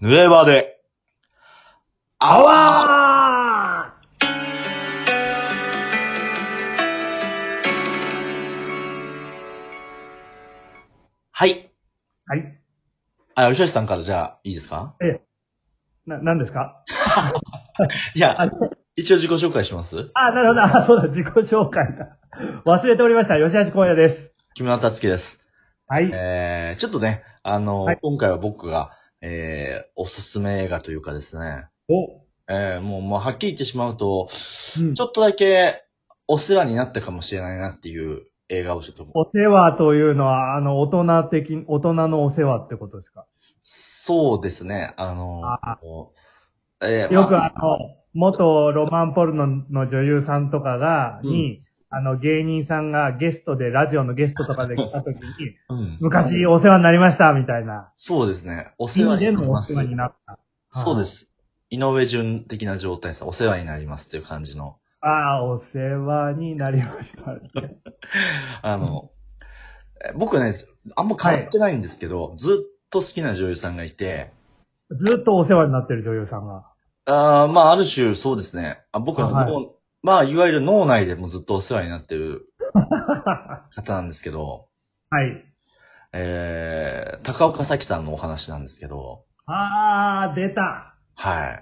濡れ場で、 あわはい。 ーはい。 吉橋さんからじゃあ、いいですか？ 何ですか？ いや、 あ、 一応自己紹介します。 なるほど。そうだ、自己紹介だ。忘れておりました。吉橋光也です。 木村達樹です。 はい。 ちょっとね、 はい。 今回は僕が、おすすめ映画というかですね、 お、 もうはっきり言ってしまうと、 うん。 ちょっとだけお世話になったかもしれないなっていう映画をちょっと、 お世話というのは、大人のお世話ってことですか？ そうですね、 あよくまあ、 元ロマンポルノの女優さんとかうん、 芸人さんがゲストで、ラジオのゲストとかで来た時に、 うん。 昔お世話になりました、みたいな。 そうですね、お世意味話になでのお世話ります。 になった。はそうです。井上順的な状態です。お世話になりますっていう感じの。 お世話になりましたね。 あの、僕ね、あんま変はい。 わってないんですけど、ずっと好きな女優さんがいて、 ずっとお世話になってる女優さんが。 まあ、ある種そうですね。僕のはい。 まあ、いわゆる脳内でもずっとお世話になってる方なんですけど、 はい。 高岡早紀さんのお話なんですけど、 出た。 はい。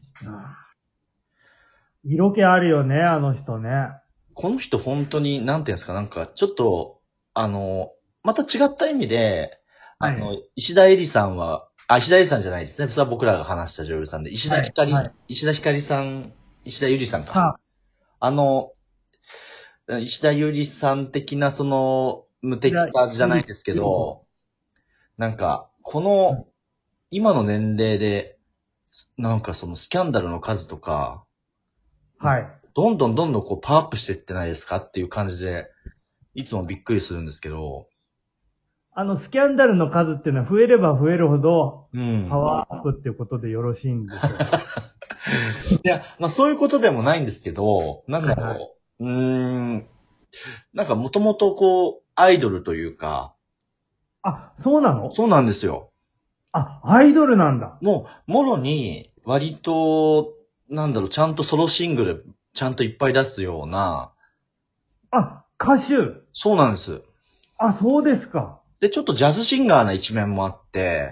色気あるよね、あの人ね。 この人本当に、なんていうんですか、なんか、ちょっと、あの、また違った意味で、 はい。 石田えりさんは、石田えりさんじゃないですね。それは僕らが話した女優さんで、 はい。はい。 石田ひかりさん、石田ゆりさんか。 はあの、石田ゆりさん的なその、無いや、 敵さじゃないですけゆりど、なんか、この、今の年齢で、なんかそのスキャンダルの数とか、なんかはい。 どんどんこうパワーアップしていってないですかっていう感じで、いつもびっくりするんですけど、 スキャンダルの数っていうのは増えれば増えるほど、 うん。 パワーアップっていうことでよろしいんでしょうか。 いや、まあそういうことでもないんですけど、なんだはいはい。 ろう。なんかもともとこう、アイドルというか、 そうなの？ そうなんですよ。 アイドルなんだ。 ももろに、割と、なんだろう、ちゃんとソロシングル、ちゃんといっぱい出すような、 歌手。 そうなんです。 そうですか。 で、ちょっとジャズシンガーな一面もあって、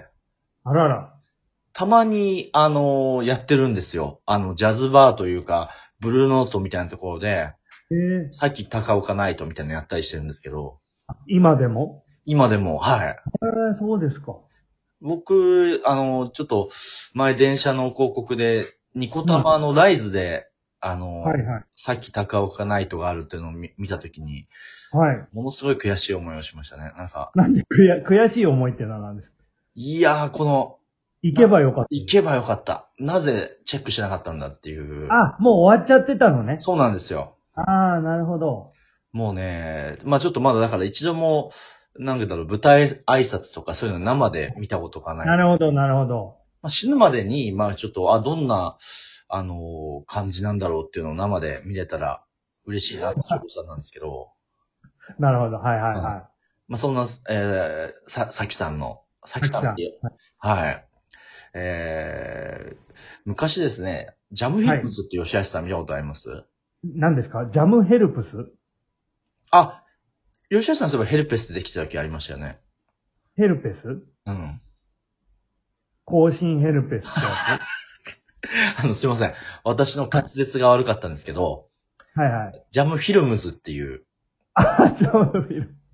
あらら。 たまに、やってるんですよ。ジャズバーというか、ブルーノートみたいなところで、 えー、 さっき高岡ナイトみたいなのやったりしてるんですけど、 今でも？ 今でも、はい。 そうですか。 僕、ちょっと、前電車の広告で、ニコうん。はタマのライズで、 いはい。 さっき高岡ナイトがあるっていうのを見たときに、 はい。 ものすごい悔しい思いをしましたね。なんか、 なんで悔しい思いってのは何ですか？ いやー、 行けばよかったです。 行けばよかった。なぜチェックしなかったんだっていう。 もう終わっちゃってたのね。 そうなんですよ。 なるほど。 もうね、まあちょっとまだだから一度も、なんだろう、舞台挨拶とかそういうの生で見たことがない。 なるほど、なるほど。 まあ、死ぬまでに、まあちょっと、どんな、感じなんだろうっていうのを生で見れたら嬉しいなってちょうどさんなんですけど、 なるほど。はいはいうん。 はまあそんな、さきさんの、さい。さきさん。 きさんっていう、はい。昔ですね、ジャムフィはい。 ルムズって吉橋さん見たことあります？ 何ですか？ジャムヘルプス？ あ、吉橋さんそういえばヘルペスでできてた時ありましたよね。 ヘルペス？ うん。 更新ヘルペスってやつ？ すいません。私の滑舌が悪かったんですけど、 はいはい。 ジャムフィルムズっていう、 ジャムフィルム。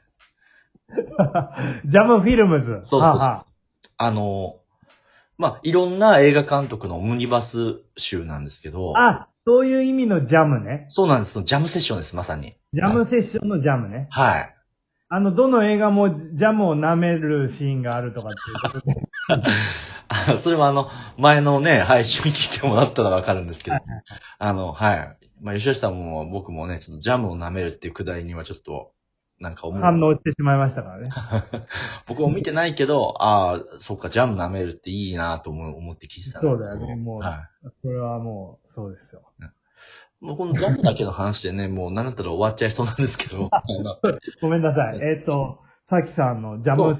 ジャムフィルムズ。 そうそうそう。 はあはあの、まあ、いろんな映画監督のオムニバス集なんですけど、 そういう意味のジャムね。 そうなんです。そのジャムセッションです、まさに。 ジャムセッションのジャムね。 はい。 どの映画もジャムを舐めるシーンがあるとかっていうことで。 それは前のね、配信聞いてもらったらわかるんですけど、はい。まあ、吉吉さんも僕もね、ちょっとジャムを舐めるっていうくだりにはちょっと、なんか思う。 反応してしまいましたからね。 僕も見てないけど、そっか、ジャム舐めるっていいなと思って聞いてたんでそうだよね。 すけど、 もう、 はそれはもう、そうですよ。 い。もうこのジャムだけの話でね、もうなんだったら終わっちゃいそうなんですけど、 ごめんなさい。さきさんのジャムそう。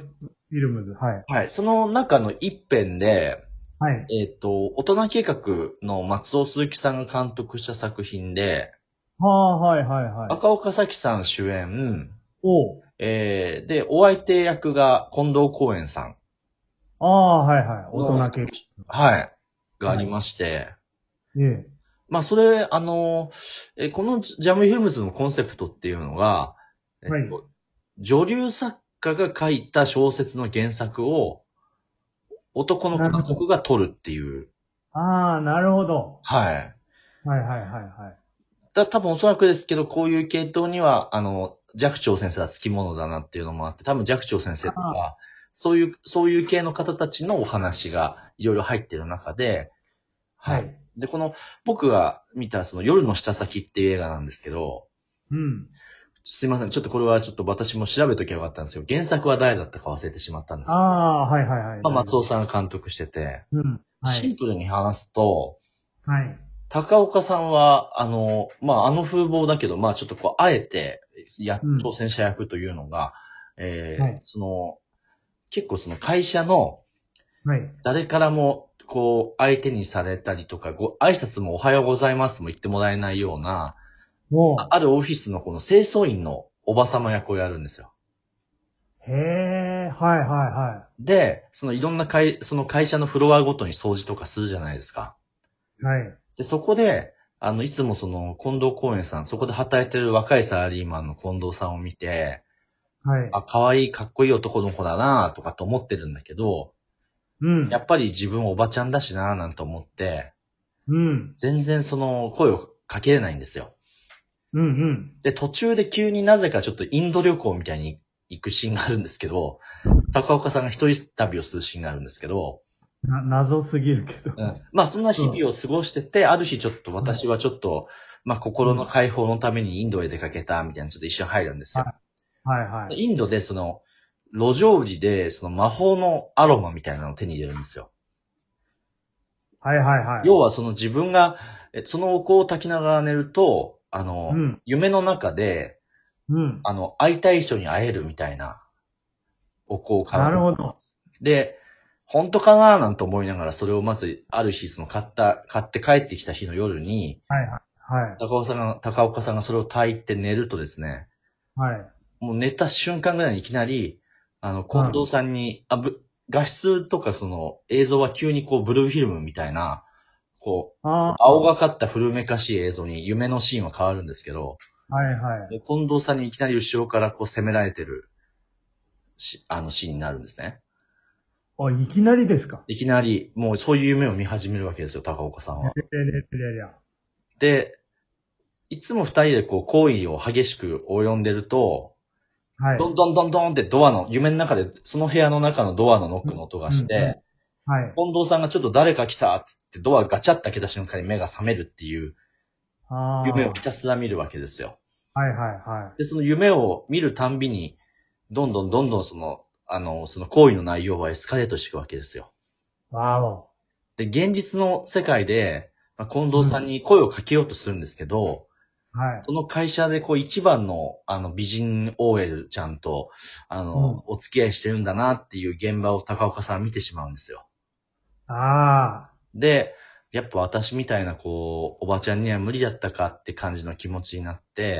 フィルムズ、はい。 はい。その中の一編で、 はい。 大人計画の松尾鈴木さんが監督した作品で、 はあ、はい、はい、はい。 赤岡咲さん主演、 おう。 で、お相手役が近藤光円さんああ、はい、はい。大の、 人系。 はい、がありはい。 まして、 ええ。 まあ、それ、このジャムヒルムズのコンセプトっていうのが、えっはい。 と、女流作家が書いた小説の原作を男の監なるほど。 督が撮るっていう、 ああ、なるほど。 はい。 はい、はい、はい、はい。 多分おそらくですけど、こういう系統には、寂聴先生は付き物だなっていうのもあって、多分寂聴先生とあか、そういう系の方たちのお話がいろいろ入ってる中で、 あ、ははい。 い。 で、僕が見たその夜の下先っていう映画なんですけど、 うん。 すいません。ちょっとこれはちょっと私も調べときゃよかったんですよ。原作は誰だったか忘れてしまったんであすけど、 あ、はい、はい、はい。 まあ、 大丈夫。 松尾さんが監督してて、 うん。はい。 シンプルに話すと、 はい。 高岡さんは、まあ、風貌だけど、まあ、ちょっとあえて、挑うん。 戦者役というのが、 はい。 結構その会社の、 はい。 誰からも、相手にされたりとか、挨拶もおはようございますも言ってもらえないような、 おう。 あるオフィスのこの清掃員のおばさま役をやるんですよ。 へえ、はい、はい、はで、いろんなその会社のフロアごとに掃除とかするじゃないですか。 い。はい。 で、そこで、いつも近藤公園さん、そこで働いてる若いサラリーマンの近藤さんを見て、 はい。 あ、可愛い、かっこいい男の子だなとかと思ってるんだけど、 うん。 やっぱり自分おばちゃんだしななんて思って、 うん。 全然声をかけれないんですよ。 うん、うん。 で、途中で急になぜかちょっとインド旅行みたいに行くシーンがあるんですけど、高岡さんが一人旅をするシーンがあるんですけど、 謎すぎるけど。 うん。まあそんな日うん。 々を過ごしてて、ある日ちょっとはい。 私はちょっと、まあ心のうん。 解放のためにインドへ出かけたみたいなちょっと一瞬入るんですよ。 はい。はい、はい。 インドで路上売りで魔法のアロマみたいなのを手に入れるんですよ。 はい、はい、はい。 要は自分が、そのお香を焚きながら寝ると、 うん。 夢の中で、 うん。 会いたい人に会えるみたいなお香からなるほど。 で、本当かななんて思いながら、それをまず、ある日、買って帰ってきた日の夜に、 はい、はい。はい。 高岡さんがそれを炊いて寝るとですね、 はい。 もう寝た瞬間ぐらいにいきなり、 うん。 近藤さんに、画質とか映像は急にブルーフィルムみたいな、青ああ。 がかった古めかしい映像に夢のシーンは変わるんですけど、 はい、はい。 近藤さんにいきなり後ろから攻められてるシーンになるんですね。 あ、いきなりですか？ いきなり、もうそういう夢を見始めるわけですよ、高岡さんは。 いや。 で、いつも二人で行為を激しく及んでると、 はい。 どんどんどんどんって夢の中で、その部屋の中のドアのノックの音がうん、うん。 して、 はい。 近藤さんがちょっと誰か来たっつってドアガチャって開けた瞬間に目が覚めるっていう夢をひあたすら見るわけですよ。 あ。はい、はい、はで、その夢を見るたんびに、どんどんその行為の内容はエスカレートしていくわけですよ。 い。わお。 で、現実の世界で、近藤さんうん。 に声をかけようとするんですけど、 はい。 その会社で一番の美人 OL ちゃんと、 うん。 お付き合いしてるんだなっていう現場を高岡さんは見てしまうんですよ。 あで、やっぱ私みたいなおばちゃんには無理だったかって感じの気持ちになって、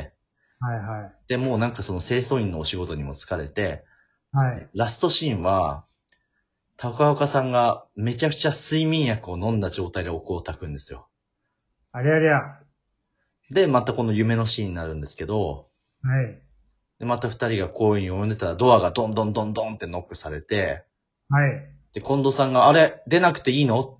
あ。はい、はい。 で、もうなんかその清掃員のお仕事にも疲れて、 はい。 ラストシーンは、高岡さんがめちゃくちゃ睡眠薬を飲んだ状態でお香を焚くんですよ。 ありゃりゃ。 で、またこの夢のシーンになるんですけど、 はい。 で、また二人が公園を呼んでたらドアがドンドンドンドンってノックされて、 はい。 で、近藤さんが、あれ、出なくていいのって、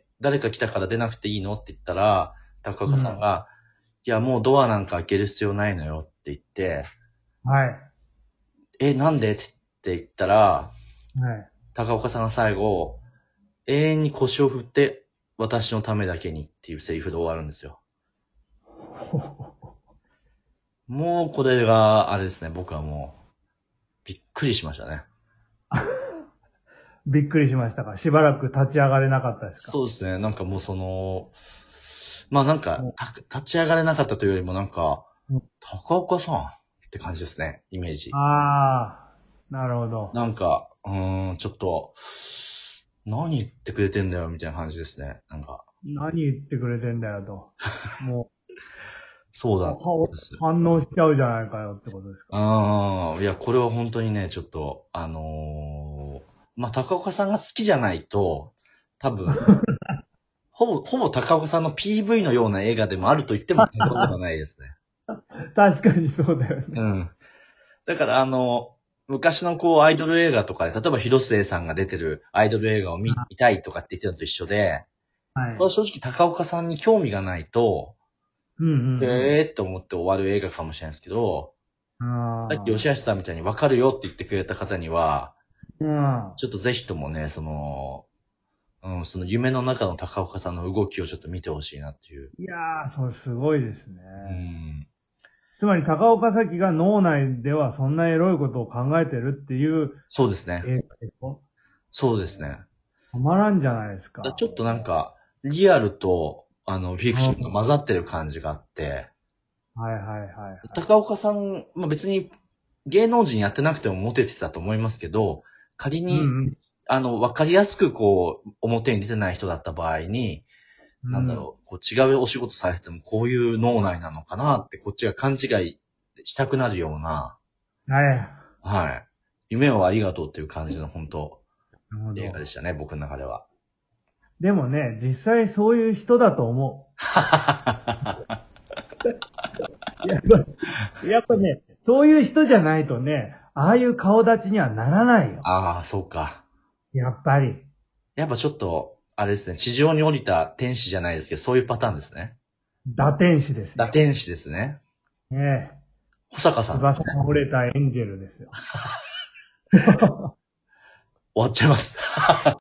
誰か来たから出なくていいのって言ったら、高岡さんうん。 が、いや、もうドアなんか開ける必要ないのよって言って、 はい。 なんでって言ったら、 はい。 高岡さんが最後、永遠に腰を振って、私のためだけにっていうセリフで終わるんですよ。もうこれが、あれですね、僕はもう、びっくりしましたね。 びっくりしましたか？しばらく立ち上がれなかったですか？ そうですね、なんかもうまあなんか、 う立ち上がれなかったというよりもなんか、 ん。 高岡さんって感じですね、イメージ。 ああ、なるほど。 なんか、 ちょっと、何言ってくれてんだよ、みたいな感じですね。なんか。 何言ってくれてんだよと。もう、 そうだ。 反応しちゃうじゃないかよってことですか。 いや、これは本当にね、ちょっと、まあ、高岡さんが好きじゃないと、多分、ほぼ高岡さんの PV のような映画でもあると言っても過言ではないですね。 確かにそうだよね。 うん。だから昔のこうアイドル映画とかで、例えば広末さんが出てるアイドル映画を見たいとかって言ってたのと一緒で、 はい。 これは正直高岡さんに興味がないと、 うんうん。 って思って終わる映画かもしれないですけど、 あさっき吉橋さんみたいに分かるよって言ってくれた方には、 うん。 ちょっとぜひともね、その夢の中の高岡さんの動きをちょっと見てほしいなっていう。 いやー、それすごいですね。 うん。 つまり高岡早紀が脳内ではそんなエロいことを考えてるっていうそうですね。 映画でしょ。 そうですね。 たまらんじゃないですか。 ちょっとなんか、リアルと、フィクションが混ざってる感じがあって、 はいはいはい、はい。 高岡さん、まあ、別に芸能人やってなくてもモテてたと思いますけど、仮に、 うんわかりやすくこう、表に出てない人だった場合に、 うん。 なんだろう、こう違うお仕事されててもこういう脳内なのかなってこっちが勘違いしたくなるような、 うん。はい。 はい。夢をありがとうっていう感じの本当なるほど。 映画でしたね、僕の中では。 でもね、実際そういう人だと思う。やっぱね、そういう人じゃないとね、ああいう顔立ちにはならないよ。 ああ、そうか。 やっぱり。 やっぱちょっと、あれですね、地上に降りた天使じゃないですけど、そういうパターンですね。 打天使ですよ。 打天使ですね。 ねえ。 保坂さんですね。 翼が折れたエンジェルですよ。 終わっちゃいます。